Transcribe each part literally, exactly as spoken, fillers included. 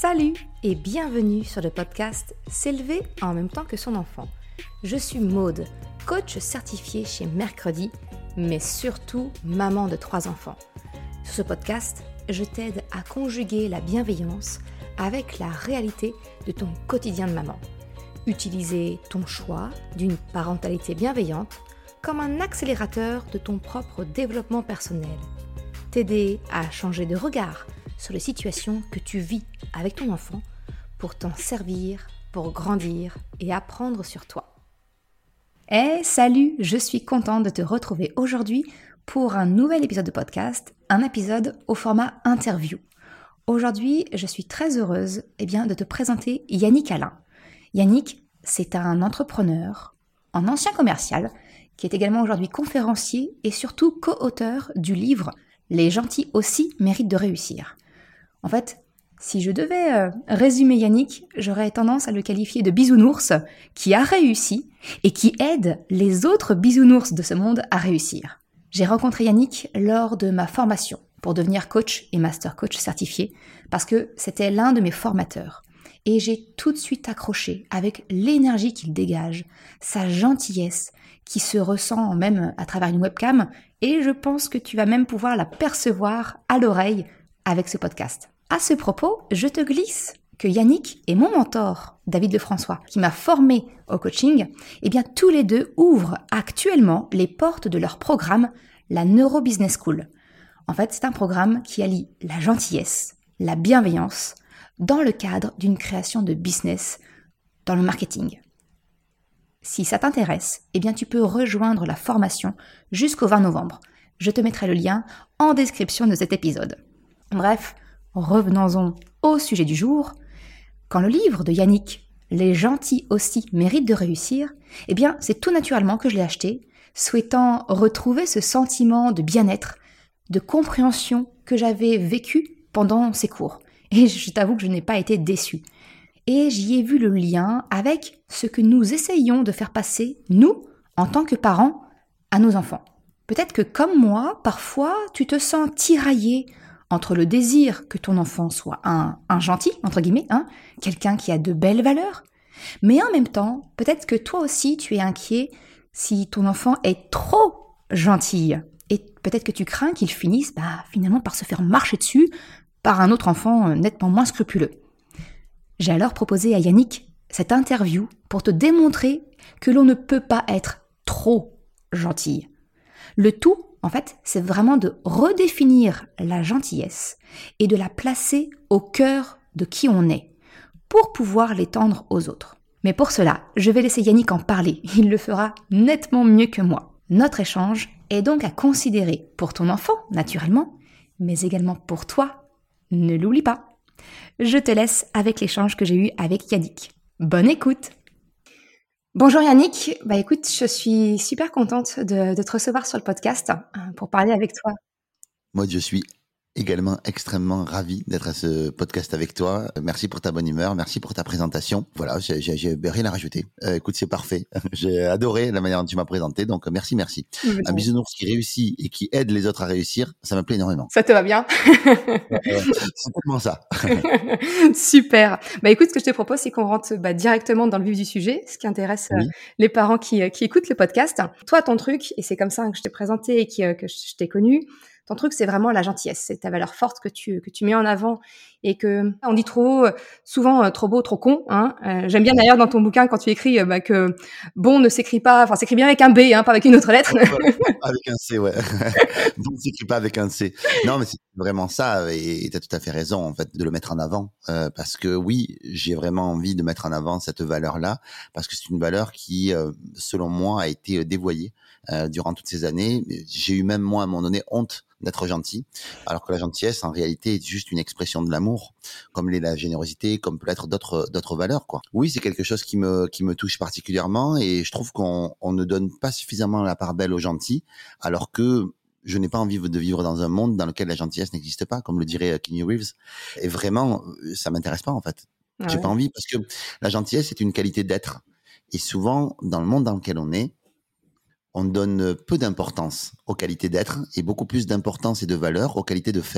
Salut et bienvenue sur le podcast S'élever en même temps que son enfant. Je suis Maude, coach certifié chez Mercredi, mais surtout maman de trois enfants. Sur ce podcast, je t'aide à conjuguer la bienveillance avec la réalité de ton quotidien de maman. Utiliser ton choix d'une parentalité bienveillante comme un accélérateur de ton propre développement personnel. T'aider à changer de regard sur les situations que tu vis avec ton enfant pour t'en servir, pour grandir et apprendre sur toi. Eh salut, je suis contente de te retrouver aujourd'hui pour un nouvel épisode de podcast, un épisode au format interview. Aujourd'hui, je suis très heureuse eh bien, de te présenter Yannick Alain. Yannick, c'est un entrepreneur, un ancien commercial, qui est également aujourd'hui conférencier et surtout co-auteur du livre « Les gentils aussi méritent de réussir ». En fait, si je devais euh, résumer Yannick, j'aurais tendance à le qualifier de bisounours qui a réussi et qui aide les autres bisounours de ce monde à réussir. J'ai rencontré Yannick lors de ma formation pour devenir coach et master coach certifié parce que c'était l'un de mes formateurs. Et j'ai tout de suite accroché avec l'énergie qu'il dégage, sa gentillesse qui se ressent même à travers une webcam et je pense que tu vas même pouvoir la percevoir à l'oreille avec ce podcast. À ce propos, je te glisse que Yannick et mon mentor, David Lefrançois, qui m'a formé au coaching, eh bien tous les deux ouvrent actuellement les portes de leur programme, la Neuro Business School. En fait, c'est un programme qui allie la gentillesse, la bienveillance, dans le cadre d'une création de business dans le marketing. Si ça t'intéresse, eh bien tu peux rejoindre la formation jusqu'au vingt novembre. Je te mettrai le lien en description de cet épisode. Bref, revenons-en au sujet du jour. Quand le livre de Yannick, Les gentils aussi méritent de réussir, eh bien c'est tout naturellement que je l'ai acheté, souhaitant retrouver ce sentiment de bien-être, de compréhension que j'avais vécu pendant ces cours. Et je t'avoue que je n'ai pas été déçue. Et j'y ai vu le lien avec ce que nous essayons de faire passer, nous, en tant que parents, à nos enfants. Peut-être que comme moi, parfois, tu te sens tiraillé entre le désir que ton enfant soit un, un gentil, entre guillemets, hein, quelqu'un qui a de belles valeurs, mais en même temps, peut-être que toi aussi, tu es inquiet si ton enfant est trop gentil. Et peut-être que tu crains qu'il finisse bah, finalement par se faire marcher dessus par un autre enfant nettement moins scrupuleux. J'ai alors proposé à Yannick cette interview pour te démontrer que l'on ne peut pas être trop gentil. Le tout, en fait, c'est vraiment de redéfinir la gentillesse et de la placer au cœur de qui on est pour pouvoir l'étendre aux autres. Mais pour cela, je vais laisser Yannick en parler. Il le fera nettement mieux que moi. Notre échange est donc à considérer pour ton enfant, naturellement, mais également pour toi. Ne l'oublie pas. Je te laisse avec l'échange que j'ai eu avec Yannick. Bonne écoute! Bonjour Yannick, bah écoute, je suis super contente de, de te recevoir sur le podcast euh, pour parler avec toi. Moi, je suis également extrêmement ravi d'être à ce podcast avec toi. Merci pour ta bonne humeur, merci pour ta présentation. Voilà, j'ai, j'ai, j'ai rien à rajouter. Euh, écoute, c'est parfait. J'ai adoré la manière dont tu m'as présenté, donc merci, merci. Oui, un bisounours qui réussit et qui aide les autres à réussir, ça me plaît énormément. Ça te va bien? euh, C'est tellement ça. Super. Bah écoute, ce que je te propose, c'est qu'on rentre bah, directement dans le vif du sujet, ce qui intéresse oui. euh, les parents qui, euh, qui écoutent le podcast. Toi, ton truc, et c'est comme ça que je t'ai présenté et qui, euh, que je t'ai connu, ton truc, c'est vraiment la gentillesse, c'est ta valeur forte que tu que tu mets en avant et que on dit trop souvent trop beau, trop con. Hein. Euh, j'aime bien d'ailleurs dans ton bouquin quand tu écris euh, bah, que bon ne s'écrit pas, enfin s'écrit bien avec un B, hein, pas avec une autre lettre. Avec un C, ouais. Bon ne s'écrit pas avec un C. Non, mais c'est vraiment ça et tu as tout à fait raison en fait de le mettre en avant euh, parce que oui, j'ai vraiment envie de mettre en avant cette valeur-là parce que c'est une valeur qui, euh, selon moi, a été dévoyée euh, durant toutes ces années. J'ai eu même moi à un moment donné honte d'être gentil, alors que la gentillesse en réalité est juste une expression de l'amour, comme l'est la générosité, comme peut-être d'autres d'autres valeurs quoi. Oui, c'est quelque chose qui me qui me touche particulièrement et je trouve qu'on on ne donne pas suffisamment la part belle aux gentils, alors que je n'ai pas envie de vivre dans un monde dans lequel la gentillesse n'existe pas, comme le dirait Keanu Reeves. Et vraiment, ça m'intéresse pas en fait. Ah J'ai ouais. pas envie parce que la gentillesse est une qualité d'être. Et souvent, dans le monde dans lequel on est, on donne peu d'importance aux qualités d'être et beaucoup plus d'importance et de valeur aux qualités de faire.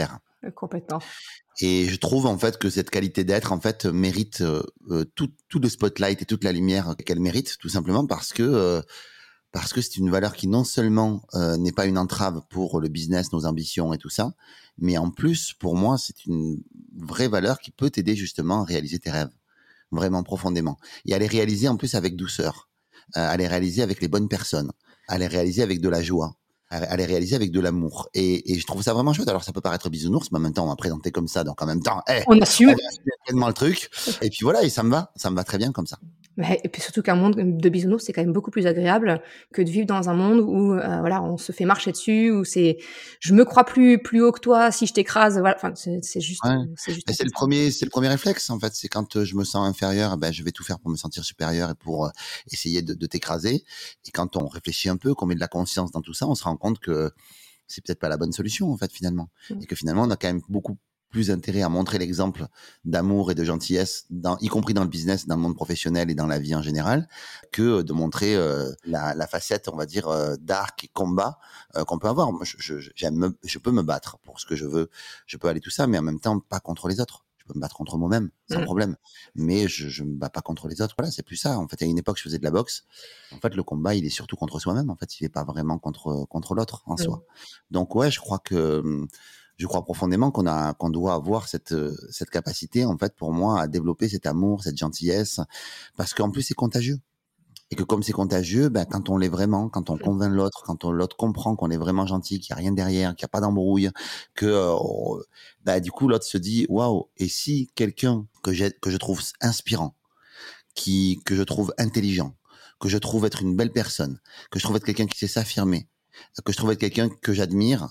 Complètement. Et je trouve en fait que cette qualité d'être en fait mérite euh, euh, tout, tout le spotlight et toute la lumière qu'elle mérite, tout simplement parce que euh, parce que c'est une valeur qui non seulement euh, n'est pas une entrave pour le business, nos ambitions et tout ça, mais en plus pour moi c'est une vraie valeur qui peut t'aider justement à réaliser tes rêves, vraiment profondément, et à les réaliser en plus avec douceur, euh, à les réaliser avec les bonnes personnes, à les réaliser avec de la joie, à, à les réaliser avec de l'amour. Et, et je trouve ça vraiment chouette. Alors ça peut paraître bisounours, mais en même temps on m'a présenté comme ça, donc en même temps, hey, On on assume. va assumer pleinement le truc. Et puis voilà, et ça me va, ça me va très bien comme ça. Mais et puis surtout qu'un monde de bisounours, c'est quand même beaucoup plus agréable que de vivre dans un monde où, heu, voilà, on se fait marcher dessus, où c'est: «Je me crois plus plus haut que toi, si je t'écrase», voilà, enfin, c'est c'est juste, Ouais. heu, c'est juste Mais un c'est peu le ça. premier, c'est le premier réflexe en fait. C'est quand euh, je me sens inférieur, ben je vais tout faire pour me sentir supérieur et pour euh, essayer de, de t'écraser. Et quand on réfléchit un peu, qu'on met de la conscience dans tout ça, on se rend compte que c'est peut-être pas la bonne solution en fait finalement, Mmh. et que finalement on a quand même beaucoup plus intérêt à montrer l'exemple d'amour et de gentillesse, dans, y compris dans le business, dans le monde professionnel et dans la vie en général, que de montrer euh, la, la facette, on va dire, euh, dark et combat euh, qu'on peut avoir. Moi, je, je, j'aime me- je peux me battre pour ce que je veux, je peux aller tout ça, mais en même temps pas contre les autres. Je peux me battre contre moi-même sans Mmh. problème, mais je, je me bats pas contre les autres. Voilà, c'est plus ça. En fait, à une époque, je faisais de la boxe. En fait, le combat, il est surtout contre soi-même. En fait, il est pas vraiment contre contre l'autre en Mmh. soi. Donc ouais, je crois que hum, je crois profondément qu'on a qu'on doit avoir cette euh, cette capacité en fait pour moi à développer cet amour, cette gentillesse, parce qu'en plus c'est contagieux. Et que comme c'est contagieux, ben, quand on l'est vraiment, quand on convainc l'autre, quand on, l'autre comprend qu'on est vraiment gentil, qu'il n'y a rien derrière, qu'il n'y a pas d'embrouille, que euh, on- ben, du coup l'autre se dit waouh. Et si quelqu'un que j'ai que je trouve inspirant, qui que je trouve intelligent, que je trouve être une belle personne, que je trouve être quelqu'un qui sait s'affirmer, que je trouve être quelqu'un que j'admire,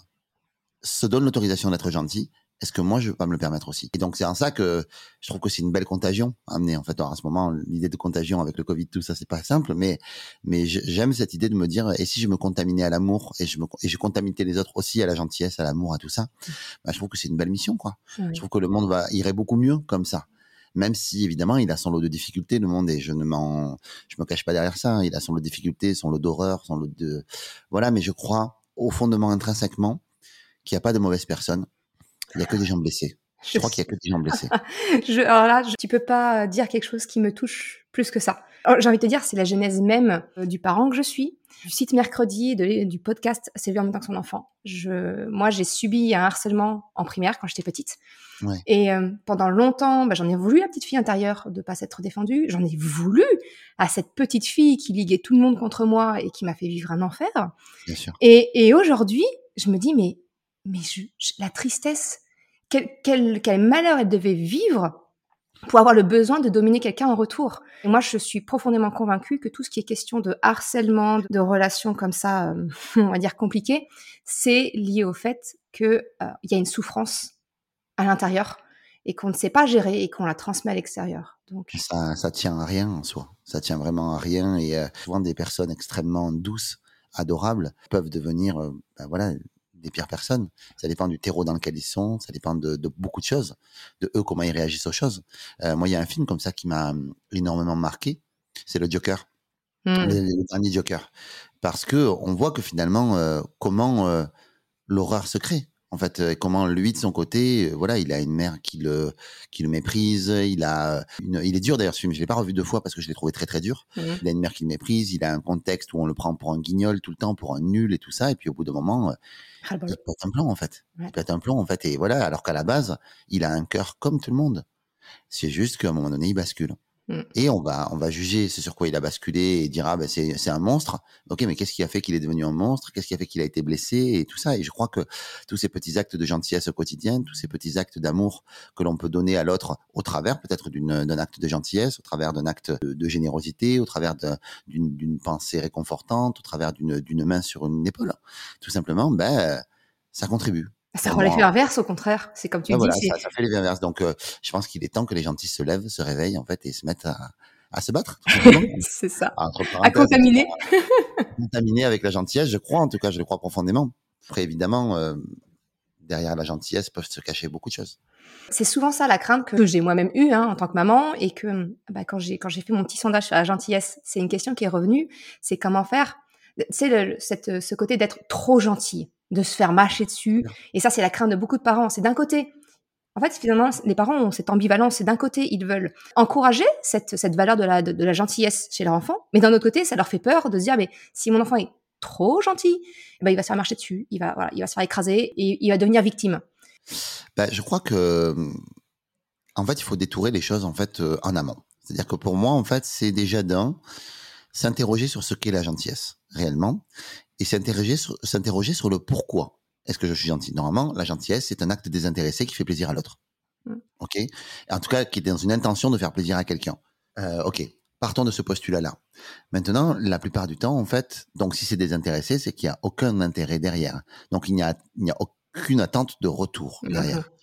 se donne l'autorisation d'être gentil, est-ce que moi je vais pas me le permettre aussi? Et donc c'est en ça que je trouve que c'est une belle contagion à amener en fait. Alors, à ce moment, l'idée de contagion avec le Covid, tout ça, c'est pas simple, mais mais je- j'aime cette idée de me dire, et si je me contaminais à l'amour et je me et je contaminais les autres aussi à la gentillesse, à l'amour, à tout ça, bah, je trouve que c'est une belle mission quoi. Je Oui. trouve que le monde va irait beaucoup mieux comme ça. Même si évidemment il a son lot de difficultés, le monde, et je ne m'en je me cache pas derrière ça, hein. Il a son lot de difficultés, son lot d'horreur, son lot de voilà, mais je crois au fondement intrinsèquement qu'il n'y a pas de mauvaises personnes, il y a que des gens blessés. Je Je crois qu'il y a que des gens blessés. je alors là, je tu peux pas dire quelque chose qui me touche plus que ça. Alors, j'ai envie de te dire, c'est la genèse même, heu, du parent que je suis, du site Mercredi, de l'é du podcast «S'élever en même temps que son enfant». Je moi, j'ai subi un harcèlement en primaire quand j'étais petite Ouais, et hem, pendant longtemps, bah, j'en ai voulu à la petite fille intérieure de pas s'être défendue. J'en ai voulu à cette petite fille qui liguait tout le monde contre moi et qui m'a fait vivre un enfer. bien sûr. Et et aujourd'hui, je me dis: «Mais mais je je la tristesse, quel quel quel malheur elle devait vivre pour avoir le besoin de dominer quelqu'un en retour». Et moi, je suis profondément convaincue que tout ce qui est question de harcèlement, de relations comme ça, hem, on va dire compliquées, c'est lié au fait que, heu, il y a une souffrance à l'intérieur et qu'on ne sait pas gérer et qu'on la transmet à l'extérieur. Donc Ça ça tient à rien en soi. Ça tient vraiment à rien, et heu, souvent des personnes extrêmement douces, adorables, peuvent devenir, heu, bah, voilà, des pires personnes. Ça dépend du terreau dans lequel ils sont, ça dépend de de beaucoup de choses, de eux, comment ils réagissent aux choses. Heu, moi, il y a un film comme ça qui m'a, mmh, énormément marqué, c'est le Joker, mmh, le le dernier Joker. Parce qu'on voit que finalement, heu, comment, heu, l'horreur se crée. En fait, heu, comment lui de son côté, heu, voilà, il a une mère qui le qui le méprise, il a une il est dur d'ailleurs ce film, je l'ai pas revu deux fois parce que je l'ai trouvé très, très dur. mmh, Il a une mère qui le méprise, il a un contexte où on le prend pour un guignol tout le temps, pour un nul et tout ça, et puis au bout d'un moment, heu, ras-le-bol. il pète un plomb en fait. Il Ouais. pète un plomb en fait, et voilà, alors qu'à la base, il a un cœur comme tout le monde. C'est juste qu'à un moment donné, il bascule. Mmh. Et on va on va juger ce sur quoi il a basculé et dire: «Ah bah, c'est c'est un monstre». OK, mais qu'est-ce qui a fait qu'il est devenu un monstre? Qu'est-ce qui a fait qu'il a été blessé et tout ça? Et je crois que tous ces petits actes de gentillesse au quotidien, tous ces petits actes d'amour que l'on peut donner à l'autre au travers peut-être d'une d'un acte de gentillesse, au travers d'un acte de de générosité, au travers de d'une d'une pensée réconfortante, au travers d'une d'une main sur une épaule, tout simplement, ben, ça contribue Ça pour rend l'effet moi. inverse, au contraire. C'est comme tu Ouais, dis, voilà, c'est ça ça fait l'effet inverse. Donc heu, je pense qu'il est temps que les gentils se lèvent, se réveillent en fait et se mettent à à se battre tout simplement. c'est ça. Entre À parenthèses, en tout contaminer. cas, contaminé avec la gentillesse, je crois en tout cas, je le crois profondément. Après évidemment, heu, derrière la gentillesse peuvent se cacher beaucoup de choses. C'est souvent ça la crainte que j'ai moi-même eue, hein, en tant que maman et que, mmh, bah, quand j'ai quand j'ai fait mon petit sondage sur la gentillesse, c'est une question qui est revenue, c'est comment faire, tu sais le cette, ce côté d'être trop gentil, de se faire mâcher dessus. Et ça, c'est la crainte de beaucoup de parents. C'est d'un côté, en fait, finalement, les parents ont cette ambivalence. C'est d'un côté, ils veulent encourager cette, cette valeur de la, de, de la gentillesse chez leur enfant, mais d'un autre côté, ça leur fait peur de se dire, mais si mon enfant est trop gentil, eh ben, il va se faire marcher dessus, il va, voilà, il va se faire écraser et il va devenir victime. Ben, je crois que, en fait, il faut détourer les choses en fait euh, en amont. C'est-à-dire que pour moi, en fait, c'est déjà d'un s'interroger sur ce qu'est la gentillesse réellement et s'interroger sur, s'interroger sur le pourquoi. Est-ce que je suis gentil? Normalement, la gentillesse, c'est un acte désintéressé qui fait plaisir à l'autre. Mm. Ok. En tout cas, qui est dans une intention de faire plaisir à quelqu'un. Euh, ok. Partons de ce postulat-là. Maintenant, la plupart du temps, en fait, donc si c'est désintéressé, c'est qu'il n'y a aucun intérêt derrière. Donc il n'y a, il n'y a aucune attente de retour derrière. Mm-hmm.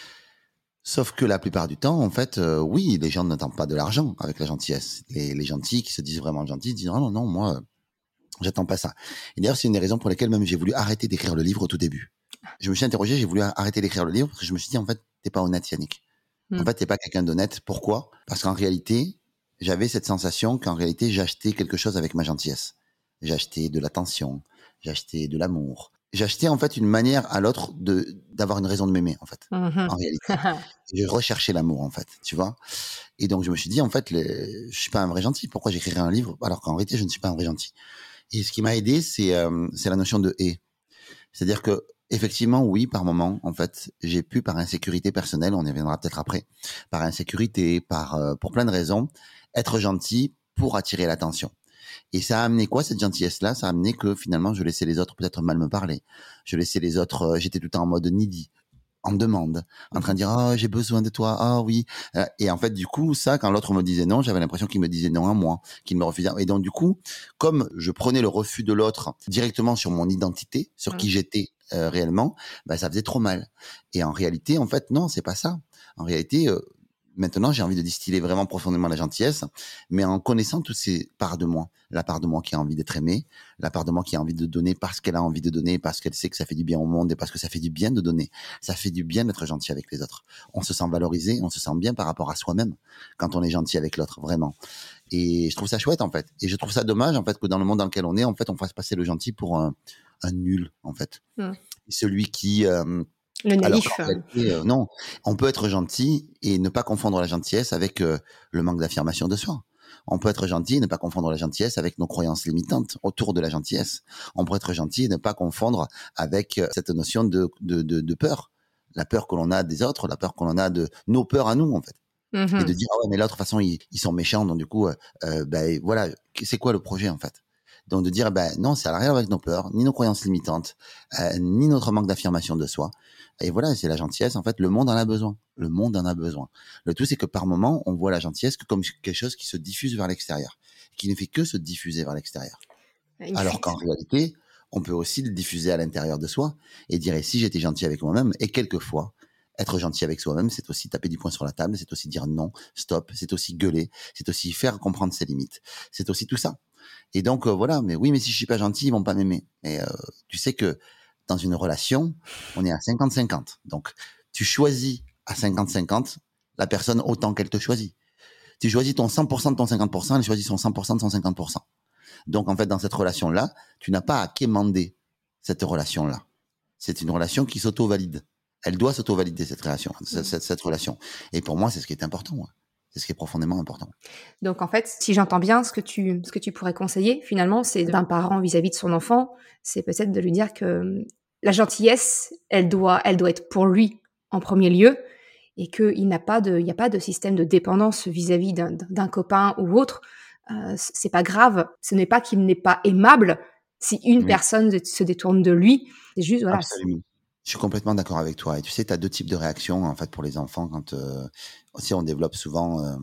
Sauf que la plupart du temps, en fait, euh, oui, les gens n'attendent pas de l'argent avec la gentillesse. Les, les gentils qui se disent vraiment gentils disent non, non, non, moi, euh, j'attends pas ça. Et d'ailleurs, c'est une des raisons pour lesquelles même j'ai voulu arrêter d'écrire le livre au tout début. Je me suis interrogé, j'ai voulu arrêter d'écrire le livre parce que je me suis dit, en fait, t'es pas honnête, Yannick. Mm. En fait, t'es pas quelqu'un d'honnête. Pourquoi? Parce qu'en réalité, j'avais cette sensation qu'en réalité, j'achetais quelque chose avec ma gentillesse. J'achetais de l'attention, j'achetais de l'amour. J'achetais en fait une manière à l'autre de d'avoir une raison de m'aimer, en fait, mm-hmm. en réalité. Je recherchais l'amour, en fait, tu vois. Et donc, je me suis dit, en fait, les... je suis pas un vrai gentil. Pourquoi j'écrirais un livre alors qu'en réalité, je ne suis pas un vrai gentil? Et ce qui m'a aidé, c'est euh, c'est la notion de « et ». C'est-à-dire que effectivement, oui, par moment, en fait, j'ai pu, par insécurité personnelle, on y reviendra peut-être après, par insécurité, par euh, pour plein de raisons, être gentil pour attirer l'attention. Et ça a amené quoi, cette gentillesse-là? Ça a amené que finalement, je laissais les autres peut-être mal me parler. Je laissais les autres, euh, j'étais tout le temps en mode needy, en demande, en train de dire « Ah, oh, j'ai besoin de toi, ah oh, oui euh, ». Et en fait, du coup, ça, quand l'autre me disait non, j'avais l'impression qu'il me disait non à moi, qu'il me refusait. Et donc, du coup, comme je prenais le refus de l'autre directement sur mon identité, sur mmh. qui j'étais euh, réellement, bah, ça faisait trop mal. Et en réalité, en fait, non, c'est pas ça. En réalité... Euh, Maintenant, j'ai envie de distiller vraiment profondément la gentillesse, mais en connaissant toutes ces parts de moi. La part de moi qui a envie d'être aimée, la part de moi qui a envie de donner parce qu'elle a envie de donner, parce qu'elle sait que ça fait du bien au monde et parce que ça fait du bien de donner. Ça fait du bien d'être gentil avec les autres. On se sent valorisé, on se sent bien par rapport à soi-même quand on est gentil avec l'autre, vraiment. Et je trouve ça chouette, en fait. Et je trouve ça dommage, en fait, que dans le monde dans lequel on est, en fait, on fasse passer le gentil pour un, un nul, en fait. Mmh. Celui qui... Euh, Le naïf. Alors réalité, euh, non, on peut être gentil et ne pas confondre la gentillesse avec euh, le manque d'affirmation de soi. On peut être gentil et ne pas confondre la gentillesse avec nos croyances limitantes autour de la gentillesse. On peut être gentil et ne pas confondre avec euh, cette notion de, de, de, de peur. La peur que l'on a des autres, la peur que l'on a de nos peurs à nous, en fait. Mm-hmm. Et de dire, ah ouais, mais l'autre, de toute façon, ils, ils sont méchants, donc du coup, euh, euh, ben voilà, c'est quoi le projet, en fait? Donc de dire, ben non, ça n'a rien avec nos peurs, ni nos croyances limitantes, euh, ni notre manque d'affirmation de soi. Et voilà, c'est la gentillesse. En fait, le monde en a besoin. Le monde en a besoin. Le tout, c'est que par moment, on voit la gentillesse que comme quelque chose qui se diffuse vers l'extérieur, qui ne fait que se diffuser vers l'extérieur. Une Alors fuite. Qu'en réalité, on peut aussi le diffuser à l'intérieur de soi et dire, et si j'étais gentil avec moi-même, et quelquefois, être gentil avec soi-même, c'est aussi taper du poing sur la table, c'est aussi dire non, stop, c'est aussi gueuler, c'est aussi faire comprendre ses limites. C'est aussi tout ça. Et donc, euh, voilà, mais oui, mais si je suis pas gentil, ils vont pas m'aimer. Et euh, tu sais que dans une relation, on est à cinquante cinquante. Donc, tu choisis à cinquante cinquante la personne autant qu'elle te choisit. Tu choisis ton cent pour cent de ton cinquante pour cent, elle choisit son cent pour cent de son cinquante pour cent. Donc, en fait, dans cette relation-là, tu n'as pas à quémander cette relation-là. C'est une relation qui s'auto-valide. Elle doit s'auto-valider, cette relation, cette, cette, cette relation. Et pour moi, c'est ce qui est important. Ouais. C'est ce qui est profondément important. Donc, en fait, si j'entends bien, ce que tu, ce que tu pourrais conseiller, finalement, c'est d'un parent vis-à-vis de son enfant, c'est peut-être de lui dire que la gentillesse, elle doit, elle doit être pour lui en premier lieu et qu'il n'a pas de, il n'y a pas de système de dépendance vis-à-vis d'un, d'un copain ou autre. Euh, c'est pas grave. Ce n'est pas qu'il n'est pas aimable si une oui. personne se détourne de lui. C'est juste, voilà. Absolument. Je suis complètement d'accord avec toi. Et tu sais, tu as deux types de réactions, en fait, pour les enfants quand, euh, aussi, on développe souvent, euh,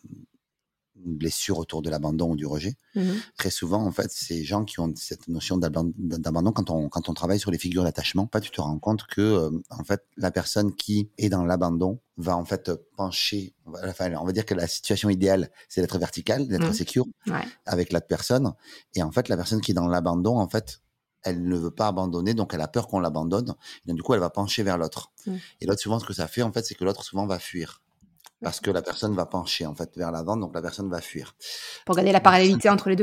une blessure autour de l'abandon ou du rejet. Mmh. Très souvent, en fait, ces gens qui ont cette notion d'abandon, quand on, quand on travaille sur les figures d'attachement, tu te rends compte que, euh, en fait, la personne qui est dans l'abandon va, en fait, pencher, enfin, on va dire que la situation idéale, c'est d'être vertical, d'être mmh. sécure ouais. avec l'autre personne. Et en fait, la personne qui est dans l'abandon, en fait, elle ne veut pas abandonner, donc elle a peur qu'on l'abandonne. Et donc, du coup, elle va pencher vers l'autre. Mmh. Et l'autre, souvent, ce que ça fait, en fait, c'est que l'autre, souvent, va fuir. Parce que la personne va pencher, en fait, vers l'avant, donc la personne va fuir. Pour garder la parallélité entre les deux.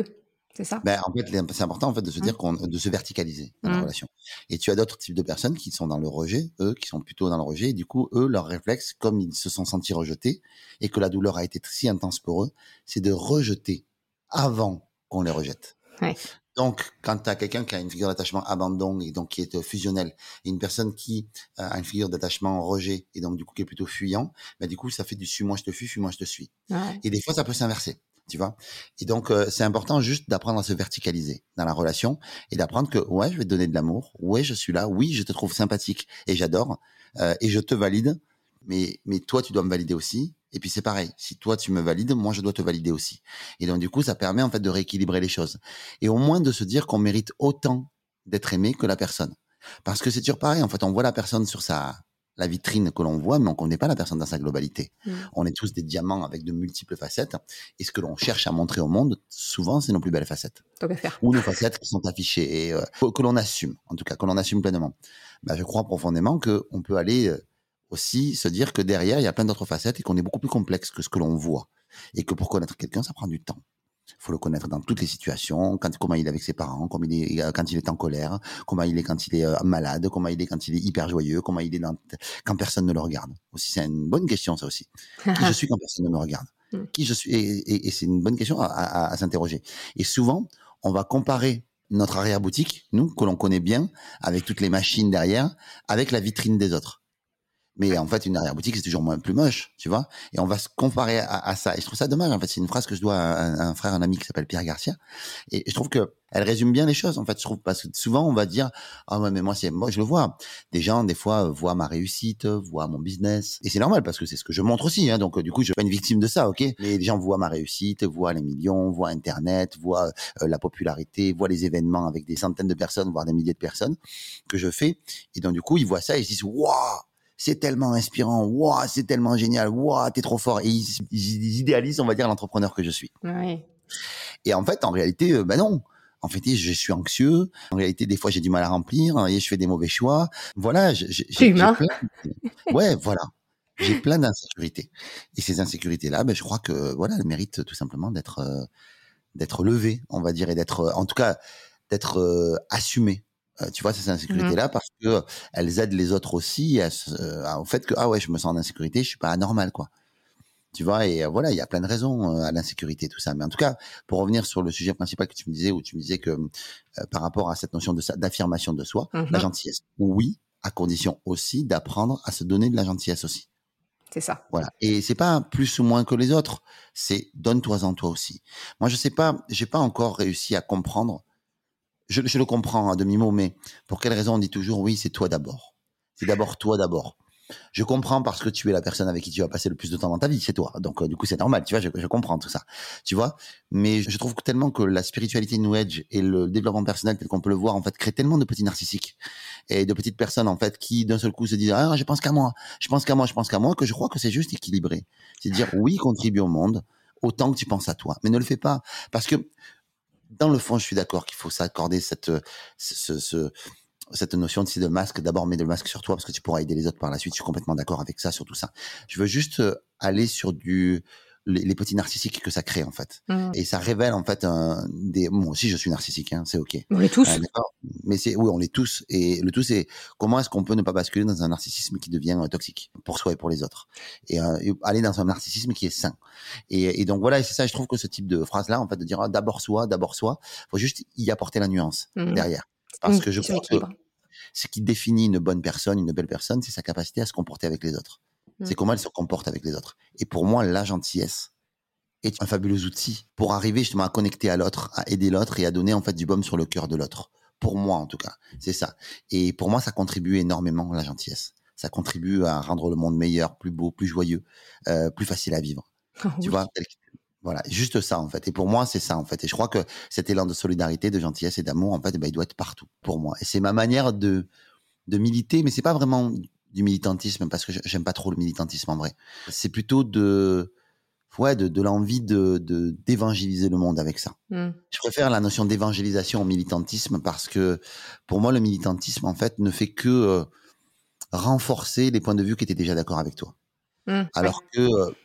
C'est ça? Ben, en fait, les c'est important, en fait, de se Mmh. dire qu'on de se verticaliser dans la Mmh. relation et tu as d'autres types de personnes qui sont dans le rejet, eux, qui sont plutôt dans le rejet et du coup, eux, leur réflexe, comme ils se sont sentis rejetés et que la douleur a été si intense pour eux, c'est de rejeter avant qu'on les rejette. Ouais. Donc, quand tu as quelqu'un qui a une figure d'attachement abandon et donc qui est, heu, fusionnel et une personne qui, heu, a une figure d'attachement rejet et donc du coup qui est plutôt fuyant, bah, du coup, ça fait du suis-moi je te fuis, fuis-moi je te suis Ouais. et des fois ça peut s'inverser, tu vois? Et donc heu, c'est important juste d'apprendre à se verticaliser dans la relation et d'apprendre que, ouais, je vais te donner de l'amour, ouais, je suis là, oui, je te trouve sympathique et j'adore, heu et je te valide, mais mais toi, tu dois me valider aussi et puis c'est pareil, si toi tu me valides, moi je dois te valider aussi et donc du coup, ça permet en fait de rééquilibrer les choses et au moins de se dire qu'on mérite autant d'être aimé que la personne. Parce que c'est toujours pareil, en fait, on voit la personne sur sa la vitrine que l'on voit, mais on connaît pas la personne dans sa globalité. Mmh. On est tous des diamants avec de multiples facettes et ce que l'on cherche à montrer au monde, souvent, c'est nos plus belles facettes Tant qu'à faire. ou nos facettes qui sont affichées et heu, que que l'on assume, en tout cas, que l'on assume pleinement. Bah, je crois profondément qu'on peut aller, heu, aussi se dire que derrière, il y a plein d'autres facettes et qu'on est beaucoup plus complexe que ce que l'on voit et que pour connaître quelqu'un, ça prend du temps. Il faut le connaître dans toutes les situations, quand comment il est avec ses parents, comment il est euh, quand il est en colère, comment il est quand il est, heu, malade, comment il est quand il est hyper joyeux, comment il est dans quand personne ne le regarde. Aussi, c'est une bonne question ça aussi. Qui je suis quand personne ne me regarde? Mmh. Qui je suis? Et et et c'est une bonne question à à à s'interroger et souvent, on va comparer notre arrière-boutique, nous, que l'on connaît bien, avec toutes les machines derrière, avec la vitrine des autres. Mais en fait, une arrière-boutique, c'est toujours moins plus moche, tu vois? Et on va se comparer à, à ça. Et je trouve ça dommage. En fait, c'est une phrase que je dois à un, à un frère, un ami qui s'appelle Pierre Garcia. Et je trouve que elle résume bien les choses. En fait, je trouve parce que souvent on va dire ah ouais mais moi c'est moi je le vois. Des gens des fois euh, voient ma réussite, euh, voient mon business et c'est normal parce que c'est ce que je montre aussi. Hein, donc euh, du coup je suis pas une victime de ça, ok? Mais les gens voient ma réussite, voient les millions, voient Internet, voient euh, la popularité, voient les événements avec des centaines de personnes, voire des milliers de personnes que je fais. Et donc du coup ils voient ça et ils se disent waouh c'est tellement inspirant, waouh, c'est tellement génial, waouh, t'es trop fort. Et ils, ils, ils idéalisent, on va dire, l'entrepreneur que je suis. Ouais. Et en fait, en réalité, euh, ben non. En fait, je suis anxieux. En réalité, des fois, j'ai du mal à remplir et je fais des mauvais choix. Voilà, j'ai, C'est j'ai, j'ai humain. plein. De... Ouais, voilà. J'ai plein d'insécurités. Et ces insécurités-là, ben, je crois que voilà, elles méritent tout simplement d'être, euh, d'être levées, on va dire, et d'être, euh, en tout cas, d'être euh, assumées. Euh, tu vois, ces Mmh. insécurités-là, parce que euh, elles aident les autres aussi à se- euh, au fait que ah ouais, je me sens en insécurité, je suis pas anormal, quoi. Tu vois, et euh, voilà, il y a plein de raisons euh, à l'insécurité, tout ça. Mais en tout cas, pour revenir sur le sujet principal que tu me disais, où tu me disais que euh, par rapport à cette notion de sa- d'affirmation de soi, la Mmh. gentillesse, oui, à condition aussi d'apprendre à se donner de la gentillesse aussi. C'est ça. Voilà. Et c'est pas plus ou moins que les autres, c'est donne-toi-en toi aussi. Moi, je sais pas, j'ai pas encore réussi à comprendre. Je, je le comprends à demi-mot, mais pour quelle raison on dit toujours oui, c'est toi d'abord. C'est d'abord toi d'abord. Je comprends parce que tu es la personne avec qui tu vas passer le plus de temps dans ta vie, c'est toi. Donc, euh, du coup, c'est normal, tu vois, je, je comprends tout ça, tu vois. Mais je trouve que tellement que la spiritualité New Age et le développement personnel tel qu'on peut le voir, en fait, crée tellement de petits narcissiques et de petites personnes, en fait, qui d'un seul coup se disent, ah, je pense qu'à moi, je pense qu'à moi, je pense qu'à moi, que je crois que c'est juste équilibré. C'est dire, oui, contribue au monde autant que tu penses à toi. Mais ne le fais pas. Parce que, dans le fond, je suis d'accord qu'il faut s'accorder cette, ce, ce, cette notion de, de masque, d'abord mets le masque sur toi parce que tu pourras aider les autres par la suite. Je suis complètement d'accord avec ça, sur tout ça. Je veux juste euh, aller sur du les, les petits narcissiques que ça crée en fait. Mmh. Et ça révèle en fait un, des. Moi aussi je suis narcissique, hein, c'est ok. On est Euh, tous. d'accord. Mais c'est oui, on l'est tous. Et le tout c'est comment est-ce qu'on peut ne pas basculer dans un narcissisme qui devient euh, toxique pour soi et pour les autres. Et, euh, et aller dans un narcissisme qui est sain. Et, et donc voilà, et c'est ça. Je trouve que ce type de phrase là, en fait, de dire ah, d'abord soi, d'abord soi, faut juste y apporter la nuance Mmh. derrière. C'est Parce une que je question crois que d'équilibre. ce qui définit une bonne personne, une belle personne, c'est sa capacité à se comporter avec les autres. Mmh. C'est comment elle se comporte avec les autres. Et pour moi, la gentillesse est un fabuleux outil pour arriver justement à connecter à l'autre, à aider l'autre et à donner en fait du baume sur le cœur de l'autre. Pour moi, en tout cas, c'est ça. Et pour moi, ça contribue énormément, la gentillesse. Ça contribue à rendre le monde meilleur, plus beau, plus joyeux, euh, plus facile à vivre. Ah Tu oui. vois, tel- voilà, juste ça en fait. Et pour moi, c'est ça en fait. Et je crois que cet élan de solidarité, de gentillesse et d'amour, en fait, eh ben, il doit être partout pour moi. Et c'est ma manière de de militer, mais c'est pas vraiment du militantisme parce que j'aime pas trop le militantisme en vrai. C'est plutôt de, ouais, de, de l'envie de, de d'évangéliser le monde avec ça. Mmh. Je préfère la notion d'évangélisation au militantisme parce que pour moi le militantisme en fait ne fait que euh, renforcer les points de vue qui étaient déjà d'accord avec toi. Mmh. Ouais. Alors que euh,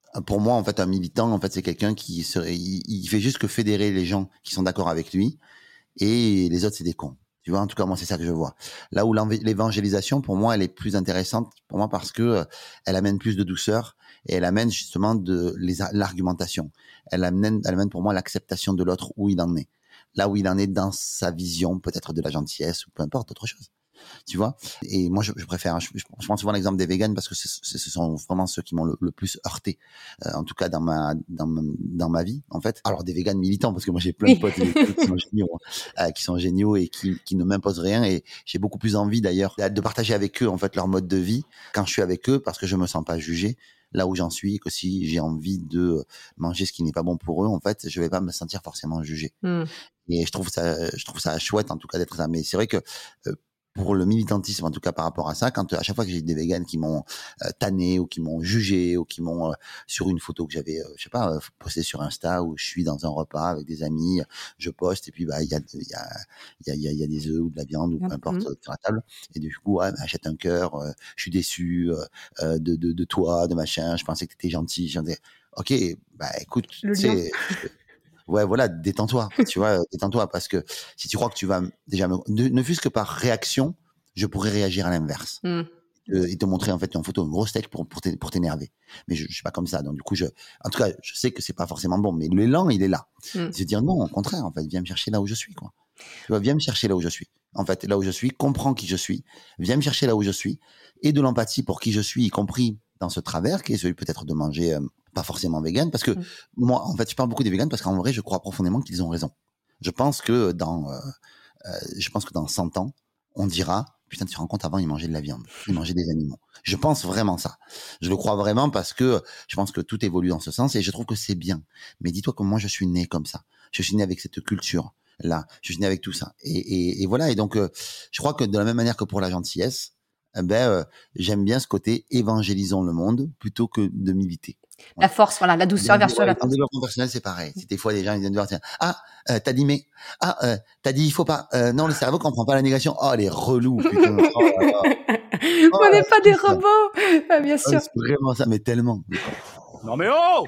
Pour moi, en fait, un militant, en fait, c'est quelqu'un qui serait, il, il fait juste que fédérer les gens qui sont d'accord avec lui, et les autres, c'est des cons. Tu vois, en tout cas, moi, c'est ça que je vois. Là où l'évangélisation, pour moi, elle est plus intéressante, pour moi, parce que euh, elle amène plus de douceur, et elle amène justement de les, l'argumentation. Elle amène, elle amène pour moi l'acceptation de l'autre où il en est. Là où il en est dans sa vision, peut-être de la gentillesse, ou peu importe, autre chose. Tu vois. Et moi, je, je préfère, je, je prends souvent l'exemple des végans parce que c'est, c'est, ce sont vraiment ceux qui m'ont le, le plus heurté, euh, en tout cas dans ma, dans ma, dans ma vie, en fait. Alors, des végans militants, parce que moi, j'ai plein de potes qui sont géniaux, hein, euh, qui sont géniaux et qui, qui ne m'imposent rien. Et j'ai beaucoup plus envie, d'ailleurs, de partager avec eux, en fait, leur mode de vie quand je suis avec eux, parce que je me sens pas jugé là où j'en suis, que si j'ai envie de manger ce qui n'est pas bon pour eux, en fait, je vais pas me sentir forcément jugé. Mm. Et je trouve ça, je trouve ça chouette, en tout cas, d'être ça. Mais c'est vrai que, euh, pour le militantisme, en tout cas par rapport à ça, quand à chaque fois que j'ai des végans qui m'ont euh, tanné ou qui m'ont jugé ou qui m'ont euh, sur une photo que j'avais, euh, je sais pas, euh, postée sur Insta où je suis dans un repas avec des amis, je poste et puis bah il y a il y a il y a il y a des œufs ou de la viande ou peu importe mmh. sur la table et du coup ouais, bah, achète un cœur, euh, je suis déçu euh, de, de de toi, de machin, je pensais que t'étais gentil, j'en disais ok bah écoute, tu sais. Ouais, voilà, détends-toi, tu vois, détends-toi, parce que si tu crois que tu vas déjà me, ne, ne fût-ce que par réaction, je pourrais réagir à l'inverse. Mm. Euh, et te montrer, en fait, en photo, une grosse tête pour, pour, pour t'énerver. Mais je, je suis pas comme ça. Donc, du coup, je, en tout cas, je sais que c'est pas forcément bon, mais l'élan, il est là. Mm. C'est de dire non, au contraire, en fait, viens me chercher là où je suis, quoi. Tu vois, viens me chercher là où je suis. En fait, là où je suis, comprends qui je suis. Viens me chercher là où je suis. Et de l'empathie pour qui je suis, y compris dans ce travers, qui est celui peut-être de manger, euh, pas forcément vegan, parce que mmh. moi, en fait, je parle beaucoup des végans parce qu'en vrai, je crois profondément qu'ils ont raison. Je pense que dans, euh, euh, je pense que dans cent ans, on dira, putain, tu te rends compte, avant, ils mangeaient de la viande, ils mangeaient des animaux. Je pense vraiment ça. Je le crois vraiment parce que je pense que tout évolue dans ce sens et je trouve que c'est bien. Mais dis-toi que moi, je suis né comme ça. Je suis né avec cette culture là. Je suis né avec tout ça. Et, et, et voilà. Et donc, euh, je crois que de la même manière que pour la gentillesse, eh ben, euh, j'aime bien ce côté évangélisons le monde plutôt que de militer. La ouais. force, voilà, la douceur dans, versus ouais, la force. En développement personnel, c'est pareil. Si des fois, les gens, ils viennent te voir, tiens, ah, euh, t'as dit mais, ah, euh, t'as dit il faut pas, euh, non, le cerveau comprend pas la négation. Oh, les relous, putain. Oh là là. Oh, on n'est pas des robots, ah, bien sûr. Oh, c'est vraiment ça, mais tellement. Non mais oh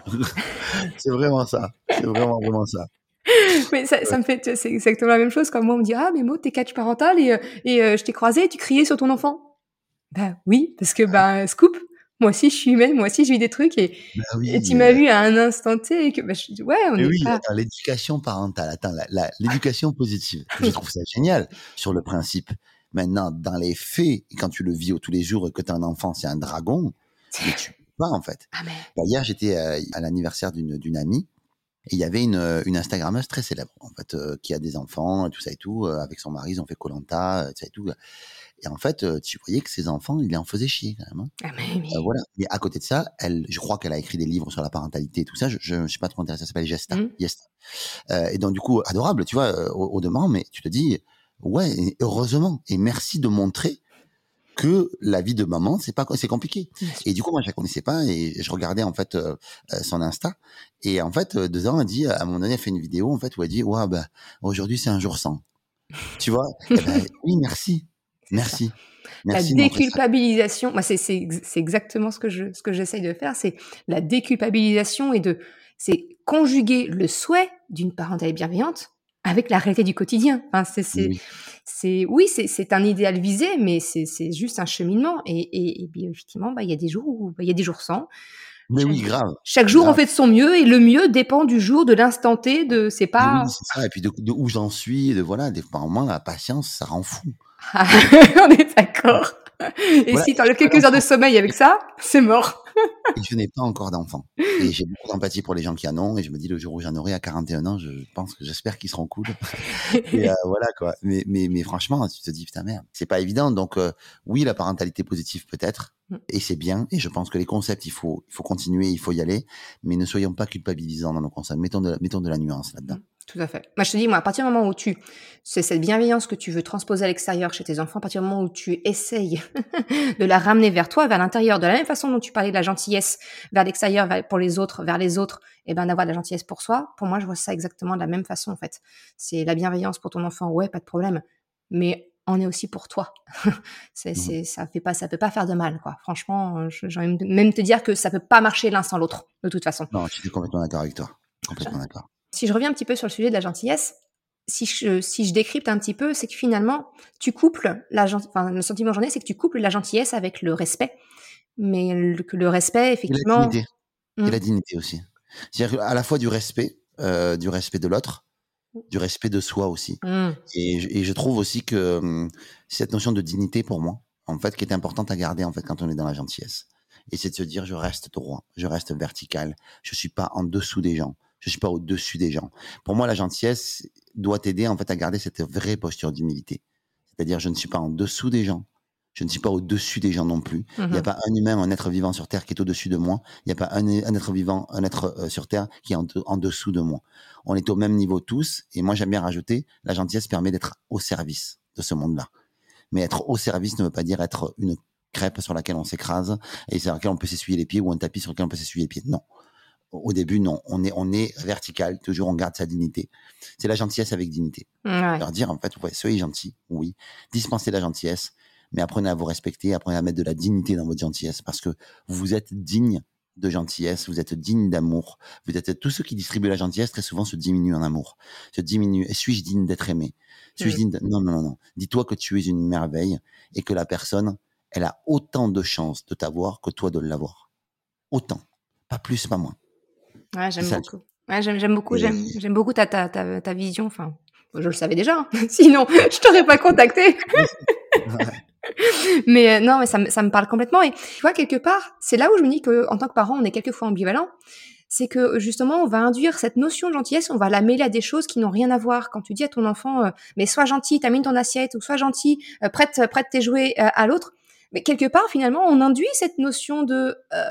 c'est vraiment ça. C'est vraiment, vraiment ça. Mais ça, ça me fait, c'est exactement la même chose quand moi on me dit ah mais Maud t'es catch parental et, et euh, je t'ai croisé et tu criais sur ton enfant. Ben oui, parce que ben scoop, moi aussi je suis humaine, moi aussi je vis des trucs et, ben oui, et tu m'as euh... vu à un instant T et que ben, je dis ouais on est oui, pas. Attends, l'éducation parentale, attends, la, la, l'éducation positive, je trouve ça génial sur le principe. Maintenant, dans les faits, quand tu le vis tous les jours et que t'as un enfant, c'est un dragon, mais tu peux pas en fait. Ah, mais... ben, hier j'étais euh, à l'anniversaire d'une, d'une amie. Et il y avait une, une Instagrammeuse très célèbre, en fait, euh, qui a des enfants, tout ça et tout, euh, avec son mari, ils ont fait Koh-Lanta, tout ça et tout. Et en fait, euh, tu voyais que ses enfants, ils en faisaient chier, quand même. Hein. Ah, mais, mais... Euh, voilà. Mais à côté de ça, elle, je crois qu'elle a écrit des livres sur la parentalité et tout ça. Je, je, je sais pas trop intéressé, ça s'appelle Gesta. Mmh. Gesta. Euh, et donc, du coup, adorable, tu vois, euh, au, au demeurant, mais tu te dis, ouais, heureusement. Et merci de montrer que la vie de maman, c'est pas, c'est compliqué. Et du coup, moi, je la connaissais pas et je regardais, en fait, euh, son Insta. Et en fait, deux ans, elle dit, à un moment donné, elle fait une vidéo, en fait, où elle dit, ouais, bah, aujourd'hui, c'est un jour sans. Tu vois? Eh ben, oui, merci. Merci. Merci. La déculpabilisation, moi, c'est, c'est, c'est exactement ce que je, ce que j'essaye de faire, c'est la déculpabilisation et de, c'est conjuguer le souhait d'une parentalité bienveillante avec la réalité du quotidien. Enfin, c'est, c'est, oui. c'est, oui, c'est, c'est un idéal visé, mais c'est, c'est juste un cheminement. Et, et, et bien, effectivement, bah, il y a des jours où, bah, il y a des jours sans. Mais chaque, oui, grave. Chaque jour, grave. on fait de son mieux, et le mieux dépend du jour, de l'instant T, de, c'est pas. Oui, c'est ça. Et puis, de, de où j'en suis, de voilà, des, par moment, la patience, ça rend fou. On est d'accord. Et voilà, si t'enlèves quelques heures de sommeil avec ça, c'est mort. Et je n'ai pas encore d'enfant. Et j'ai beaucoup d'empathie pour les gens qui en ont. Et je me dis, le jour où j'en aurai à quarante et un ans, je pense que j'espère qu'ils seront cool. Et euh, voilà, quoi. Mais, mais, mais franchement, tu te dis, putain, merde, c'est pas évident. Donc, euh, oui, la parentalité positive, peut-être. Et c'est bien. Et je pense que les concepts, il faut, il faut continuer, il faut y aller. Mais ne soyons pas culpabilisants dans nos concepts. Mettons de, mettons de la nuance là-dedans. Tout à fait. Moi, je te dis, moi, à partir du moment où tu, c'est cette bienveillance que tu veux transposer à l'extérieur chez tes enfants, à partir du moment où tu essayes de la ramener vers toi, vers l'intérieur, de la même façon dont tu parlais de la gentillesse vers l'extérieur, vers, pour les autres, vers les autres, et ben d'avoir de la gentillesse pour soi. Pour moi, je vois ça exactement de la même façon, en fait. C'est la bienveillance pour ton enfant, ouais, pas de problème. Mais en est aussi pour toi. c'est, Mmh. c'est, ça fait pas, ça peut pas faire de mal, quoi. Franchement, je- j'ai envie de même te dire que ça peut pas marcher l'un sans l'autre, de toute façon. Non, je suis complètement d'accord avec toi. Complètement d'accord. Si je reviens un petit peu sur le sujet de la gentillesse, si je, si je décrypte un petit peu, c'est que finalement, tu couples la gen- enfin, le sentiment que j'en ai, c'est que tu couples la gentillesse avec le respect. Mais le, que le respect, Et la effectivement, dignité. Et mmh, la dignité aussi. C'est-à-dire à la fois du respect, heu, du respect de l'autre, du respect de soi aussi. mmh, Et je et je trouve aussi que, hem, cette notion de dignité pour moi, en fait, qui est importante à garder, en fait, quand on est dans la gentillesse. Et c'est de se dire: «Je reste droit, je reste vertical, je suis pas en dessous des gens, je suis pas au-dessus des gens». Pour moi, la gentillesse doit t'aider, en fait, à garder cette vraie posture d'humilité. C'est-à-dire, je ne suis pas en dessous des gens, je ne suis pas au-dessus des gens non plus. Il y a mmh. pas un humain, un être vivant sur terre qui est au-dessus de moi. Il y a pas un un être vivant, un être, heu, sur terre qui est en de en dessous de moi. On est au même niveau tous et moi, j'aime bien rajouter, la gentillesse permet d'être au service de ce monde-là. Mais être au service ne veut pas dire être une crêpe sur laquelle on s'écrase et sur laquelle on peut s'essuyer les pieds ou un tapis sur lequel on peut s'essuyer les pieds. Non. Au début, non. On est, on est vertical. Toujours, on garde sa dignité. C'est la gentillesse avec dignité. Ouais. Leur dire, en fait, ouais, soyez gentils. Oui. Dispensez la gentillesse. Mais apprenez à vous respecter. Apprenez à mettre de la dignité dans votre gentillesse parce que vous êtes digne de gentillesse. Vous êtes digne d'amour. Vous êtes, tous ceux qui distribuent la gentillesse très souvent se diminuent en amour. Se diminuent. Et suis-je digne d'être aimé? Suis-je Mmh. digne de... Non, non, non, non. Dis-toi que tu es une merveille et que la personne, elle a autant de chances de t'avoir que toi de l'avoir. Autant. Pas plus, pas moins. Ouais, C'est j'aime ça le beaucoup. truc. Ouais, j'aime, j'aime beaucoup, Et j'aime, j'aime beaucoup ta, ta, ta, ta vision. Enfin, je le savais déjà, hein. Sinon je t'aurais pas contacté. ouais. Mais euh, non, mais ça, me- ça me parle complètement. Et tu vois, quelque part, c'est là où je me dis que en tant que parent, on est quelquefois ambivalent. C'est que justement, on va induire cette notion de gentillesse, on va la mêler à des choses qui n'ont rien à voir. Quand tu dis à ton enfant, euh, mais sois gentil, termine ton assiette, ou sois gentil, euh, prête, prête tes jouets euh, à l'autre. Mais quelque part, finalement, on induit cette notion de, euh,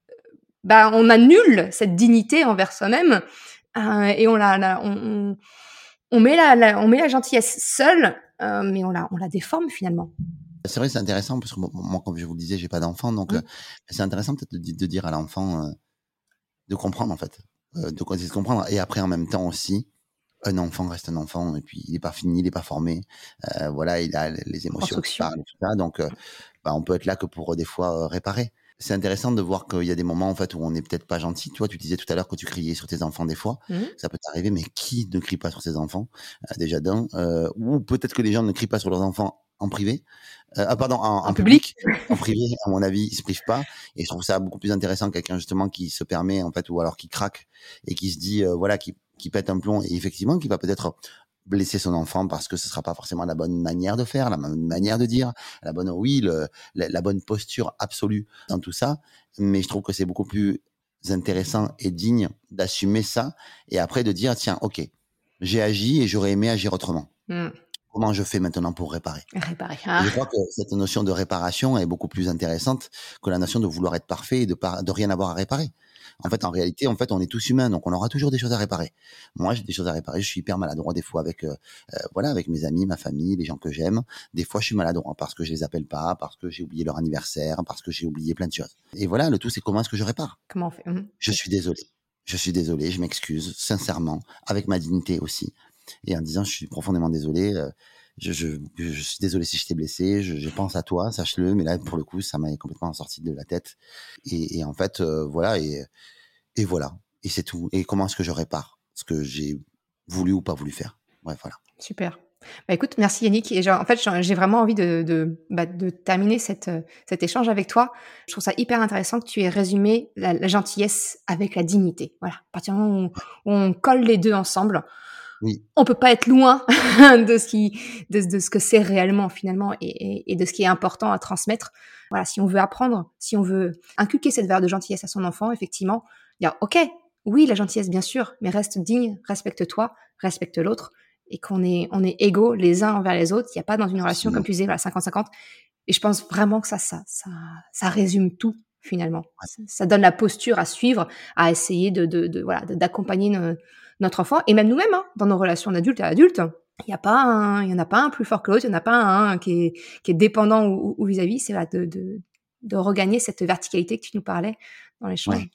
bah, on annule cette dignité envers soi-même euh, et on la, la- on, on, on met la, la- on met la gentillesse seule, euh, mais on la, on la déforme finalement. C'est vrai, c'est intéressant parce que moi, moi, comme je vous le disais, j'ai pas d'enfant, donc Mmh. euh, c'est intéressant peut-être de, di- de dire à l'enfant euh, de comprendre en fait, euh, de, de comprendre. Et après, en même temps aussi, un enfant reste un enfant et puis il est pas fini, il est pas formé. Euh, voilà, il a les émotions qui Construction. parlent, et tout ça. Donc, euh, bah, on peut être là que pour euh, des fois euh, réparer. C'est intéressant de voir qu'il y a des moments en fait où on n'est peut-être pas gentil. Tu vois, tu disais tout à l'heure que tu criais sur tes enfants des fois. Mmh. Ça peut t'arriver, mais qui ne crie pas sur ses enfants euh, déjà d'un euh, ou peut-être que les gens ne crient pas sur leurs enfants en privé. Euh, ah, pardon, en, En en public. public. En privé, à mon avis, ils se privent pas. Et je trouve ça beaucoup plus intéressant quelqu'un justement qui se permet en fait, ou alors qui craque et qui se dit euh, voilà, qui, qui pète un plomb et effectivement qui va peut-être blesser son enfant parce que ce sera pas forcément la bonne manière de faire, la bonne manière de dire, la bonne oui, le, la, la bonne posture absolue dans tout ça. Mais je trouve que c'est beaucoup plus intéressant et digne d'assumer ça et après de dire tiens, ok, j'ai agi et j'aurais aimé agir autrement. Mmh. Comment je fais maintenant pour réparer? Réparer. Et Ah. je crois que cette notion de réparation est beaucoup plus intéressante que la notion de vouloir être parfait et de pas, de rien avoir à réparer. En fait, en réalité, en fait, on est tous humains, donc on aura toujours des choses à réparer. Moi, j'ai des choses à réparer. Je suis hyper maladroit des fois avec, euh, euh, voilà, avec mes amis, ma famille, les gens que j'aime. Des fois, je suis maladroit parce que je les appelle pas, parce que j'ai oublié leur anniversaire, parce que j'ai oublié plein de choses. Et voilà, le tout, c'est comment est-ce que je répare? Comment on fait? Mmh. Je suis désolé. Je suis désolé, je m'excuse, sincèrement, avec ma dignité aussi. Et en disant, je suis profondément désolé, euh, je, je, je suis désolé si je t'ai blessé, je, je pense à toi, sache-le, mais là, pour le coup, ça m'a complètement sorti de la tête. Et, et en fait, euh, voilà, et, et voilà. Et c'est tout. Et comment est-ce que je répare ce que j'ai voulu ou pas voulu faire? Bref, voilà. Super. Bah, écoute, merci Yannick. Et genre, en fait, j'en- j'ai vraiment envie de, de, bah, de terminer cette, euh, cet échange avec toi. Je trouve ça hyper intéressant que tu aies résumé la, la gentillesse avec la dignité. Voilà. À partir du moment où, où on colle les deux ensemble, Oui, on peut pas être loin de ce qui, de, de ce que c'est réellement finalement et, et, et de ce qui est important à transmettre. Voilà. Si on veut apprendre, si on veut inculquer cette valeur de gentillesse à son enfant, effectivement, il y a, ok, oui, la gentillesse, bien sûr, mais reste digne, respecte-toi, respecte l'autre et qu'on est, on est égaux les uns envers les autres. Il n'y a pas dans une relation, comme absolument. tu disais, voilà, cinquante cinquante. Et je pense vraiment que ça, ça, ça, ça résume tout finalement. Ça, ça donne la posture à suivre, à essayer de, de, de voilà, de- d'accompagner no- notre enfant et même nous-mêmes hein, dans nos relations d'adultes à adultes. Il y a pas un, il y en a pas un plus fort que l'autre. Il y en a pas un qui est, qui est dépendant ou, ou vis-à-vis. C'est là de, de, de regagner cette verticalité que tu nous parlais dans l'échange. Ouais.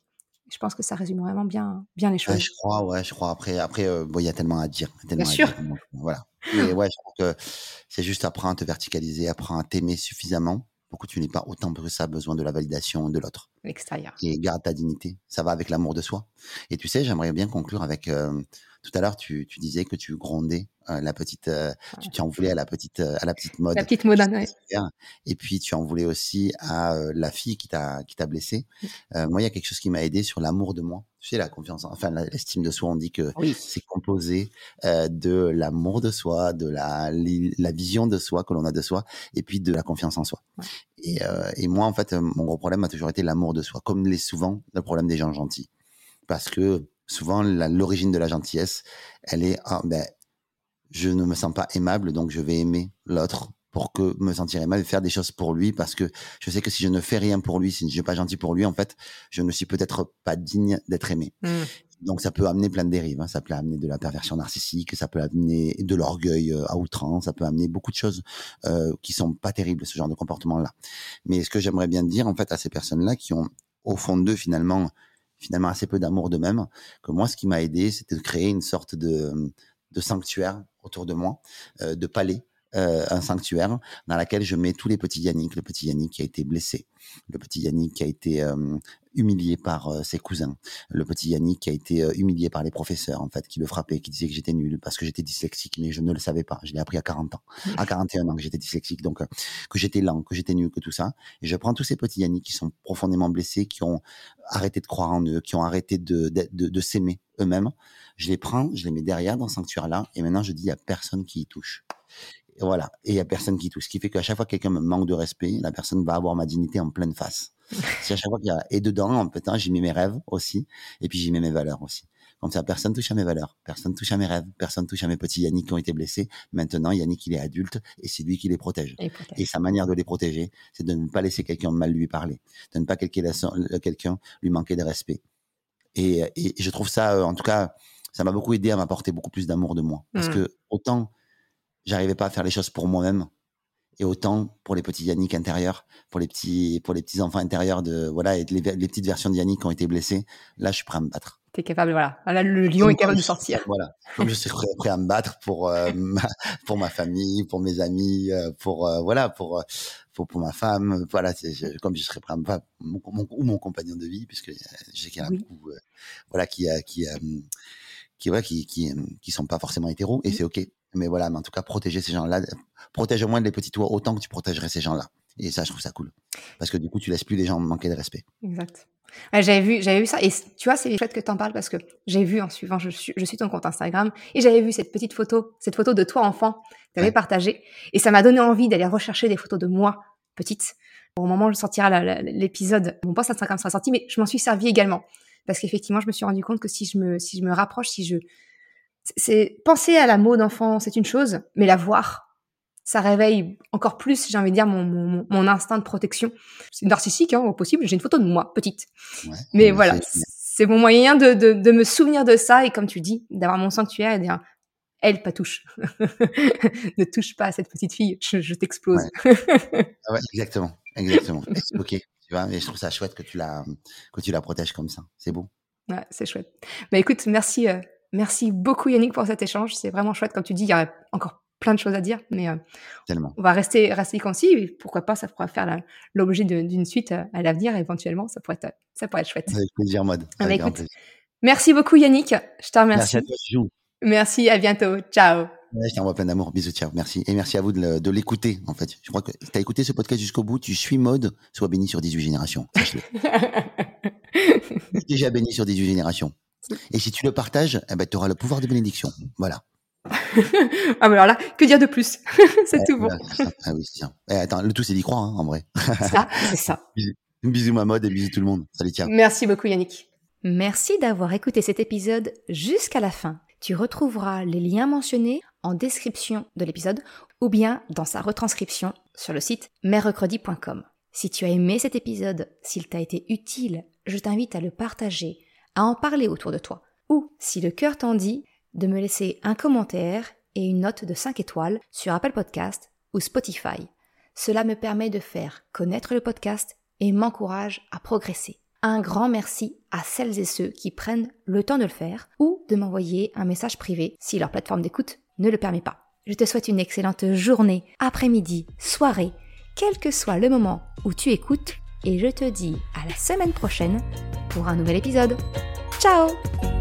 Je pense que ça résume vraiment bien, bien les Ouais, choses. je crois, ouais, je crois. Après, après, euh, bon, il y a tellement à dire, tellement Bien à sûr. dire. Donc, voilà. Mais ouais, je crois que c'est juste apprendre à te verticaliser, apprendre à t'aimer suffisamment pour que tu n'aies pas autant que ça besoin de la validation de l'autre. L'extérieur. Et garde ta dignité. Ça va avec l'amour de soi. Et tu sais, j'aimerais bien conclure avec, euh, tout à l'heure, tu, tu disais que tu grondais euh, la petite, euh, tu, tu en voulais à la petite, euh, à la petite La mode. petite Je Maudane, sais ouais. laisser faire. Et puis tu en voulais aussi à euh, la fille qui t'a, qui t'a blessé. Euh, moi, il y a quelque chose qui m'a aidé sur l'amour de moi. Tu sais, la confiance, en- enfin la- l'estime de soi. On dit que Oui. c'est composé euh, de l'amour de soi, de la, li- la vision de soi que l'on a de soi, et puis de la confiance en soi. Ouais. Et, euh, et moi, en fait, euh, mon gros problème a toujours été l'amour de soi, comme l'est souvent le problème des gens gentils. Parce que souvent, la- l'origine de la gentillesse, elle est, ah, ben, je ne me sens pas aimable, donc je vais aimer l'autre pour que me sentir aimable et faire des choses pour lui, parce que je sais que si je ne fais rien pour lui, si je ne suis pas gentil pour lui, en fait, je ne suis peut-être pas digne d'être aimé. Mm. Donc ça peut amener plein de dérives, hein. Ça peut amener de la perversion narcissique, ça peut amener de l'orgueil euh, à outrance, ça peut amener beaucoup de choses euh, qui sont pas terribles, ce genre de comportement-là. Mais ce que j'aimerais bien dire, en fait, à ces personnes-là qui ont, au fond d'eux, finalement, finalement assez peu d'amour d'eux-mêmes, que moi, ce qui m'a aidé, c'était de créer une sorte de, de sanctuaire autour de moi, euh, de palais, euh, un sanctuaire dans lequel je mets tous les petits Yannick, le petit Yannick qui a été blessé, le petit Yannick qui a été euh, humilié par euh, ses cousins, le petit Yannick qui a été euh, humilié par les professeurs, en fait, qui le frappaient, qui disaient que j'étais nul parce que j'étais dyslexique, mais je ne le savais pas. Je l'ai appris à quarante ans, à quarante et un ans que j'étais dyslexique, donc euh, que j'étais lent, que j'étais nul, que tout ça. Et je prends tous ces petits Yannick qui sont profondément blessés, qui ont arrêté de croire en eux, qui ont arrêté de, de, de, de s'aimer eux-mêmes. Je les prends, je les mets derrière dans ce sanctuaire-là, et maintenant je dis, il n'y a personne qui y touche. Et voilà. Et il y a personne qui touche. Ce qui fait qu'à chaque fois que quelqu'un me manque de respect, la personne va avoir ma dignité en pleine face. Si à chaque fois qu'il y a, et dedans, en fait, j'y mets mes rêves aussi, et puis j'y mets mes valeurs aussi. Comme ça, personne touche à mes valeurs, personne touche à mes rêves, personne touche à mes petits Yannick qui ont été blessés. Maintenant, Yannick, il est adulte, et c'est lui qui les protège. Et peut-être. Et sa manière de les protéger, c'est de ne pas laisser quelqu'un mal lui parler, de ne pas quelqu'un, quelqu'un lui manquer de respect. Et, et, et je trouve ça, en tout cas, ça m'a beaucoup aidé à m'apporter beaucoup plus d'amour de moi. Parce Mm. que autant j'arrivais pas à faire les choses pour moi-même, et autant pour les petits Yannick intérieurs, pour les petits, pour les petits enfants intérieurs de, voilà, et les, les petites versions de Yannick qui ont été blessés, là, je suis prêt à me battre. T'es capable, voilà. Là, le lion Comme, est capable comme de je, sortir. voilà. Comme je suis prêt, prêt à me battre pour, euh, ma, pour ma famille, pour mes amis, euh, pour, euh, voilà, pour, pour, pour ma femme, voilà, c'est, je, comme je serais prêt à me battre, mon, mon, ou mon compagnon de vie, puisque je sais qu'il y en a Oui. beaucoup, euh, voilà, qui, euh, qui, euh, qui, ouais, qui, qui, qui sont pas forcément hétéros, et Mm. c'est ok. Mais voilà, mais en tout cas, protéger ces gens-là, protège au moins les petits toits autant que tu protégerais ces gens-là. Et ça, je trouve ça cool. Parce que du coup, tu laisses plus les gens manquer de respect. Exact. Ouais, j'avais vu, j'avais vu ça. Et tu vois, c'est chouette que t'en parles parce que j'ai vu en suivant, je suis, je suis ton compte Instagram et j'avais vu cette petite photo, cette photo de toi enfant que t'avais Ouais. partagée. Et ça m'a donné envie d'aller rechercher des photos de moi petite. Au moment où je sortira la- la- l'épisode, mon post Instagram sera sorti, mais je m'en suis servi également. Parce qu'effectivement, je me suis rendu compte que si je me, si je me rapproche, si je, c'est penser à la mode d'enfant, c'est une chose, mais la voir, ça réveille encore plus, j'ai envie de dire, mon, mon, mon instinct de protection. C'est narcissique, hein, au possible. J'ai une photo de moi, petite. Ouais. Mais Et voilà, c'est- c'est mon moyen de, de, de me souvenir de ça et comme tu dis, d'avoir mon sanctuaire et de dire, elle, pas touche. Ne touche pas à cette petite fille, je, je t'explose. ouais. Ah ouais, exactement, exactement. Et c'est ok, tu vois. Mais je trouve ça chouette que tu la, que tu la protèges comme ça. C'est beau. Ouais, c'est chouette. Bah écoute, merci, euh, merci beaucoup Yannick pour cet échange. C'est vraiment chouette. Comme tu dis, il y aurait encore plein de choses à dire, mais euh, Tellement. on va rester, rester concis. Et pourquoi pas, ça pourra faire la- l'objet de- d'une suite euh, à l'avenir éventuellement. Ça pourrait être, ça pourrait être chouette. Avec plaisir, mode. Ah bah Avec grand écoute, plaisir. merci beaucoup Yannick. Je te Merci à remercie. toi, Jou. Merci, à bientôt. Ciao. Ouais, je t'envoie plein d'amour. Bisous, ciao. Merci. Et merci à vous de, le- de l'écouter, en fait. Je crois que tu as écouté ce podcast jusqu'au bout. Tu suis mode. Sois béni sur dix-huit générations. Sache-le. Déjà béni sur dix-huit générations. Et si tu le partages, eh ben, tu auras le pouvoir de bénédiction. Voilà. Ah, mais alors là, que dire de plus? C'est Ouais, tout bon. voilà, c'est ça. Ah oui, c'est ça. Eh, attends, le tout, c'est d'y croire, hein, en vrai. Ça, c'est ça. Bisous, bisous, ma mode, et bisous tout le monde. Salut, ciao. Merci beaucoup Yannick. Merci d'avoir écouté cet épisode jusqu'à la fin. Tu retrouveras les liens mentionnés en description de l'épisode ou bien dans sa retranscription sur le site mercredi point com. Si tu as aimé cet épisode, s'il t'a été utile, je t'invite à le partager, à en parler autour de toi. Ou, si le cœur t'en dit, de me laisser un commentaire et une note de cinq étoiles sur Apple Podcast ou Spotify. Cela me permet de faire connaître le podcast et m'encourage à progresser. Un grand merci à celles et ceux qui prennent le temps de le faire ou de m'envoyer un message privé si leur plateforme d'écoute ne le permet pas. Je te souhaite une excellente journée, après-midi, soirée, quel que soit le moment où tu écoutes, et je te dis à la semaine prochaine pour un nouvel épisode. Ciao!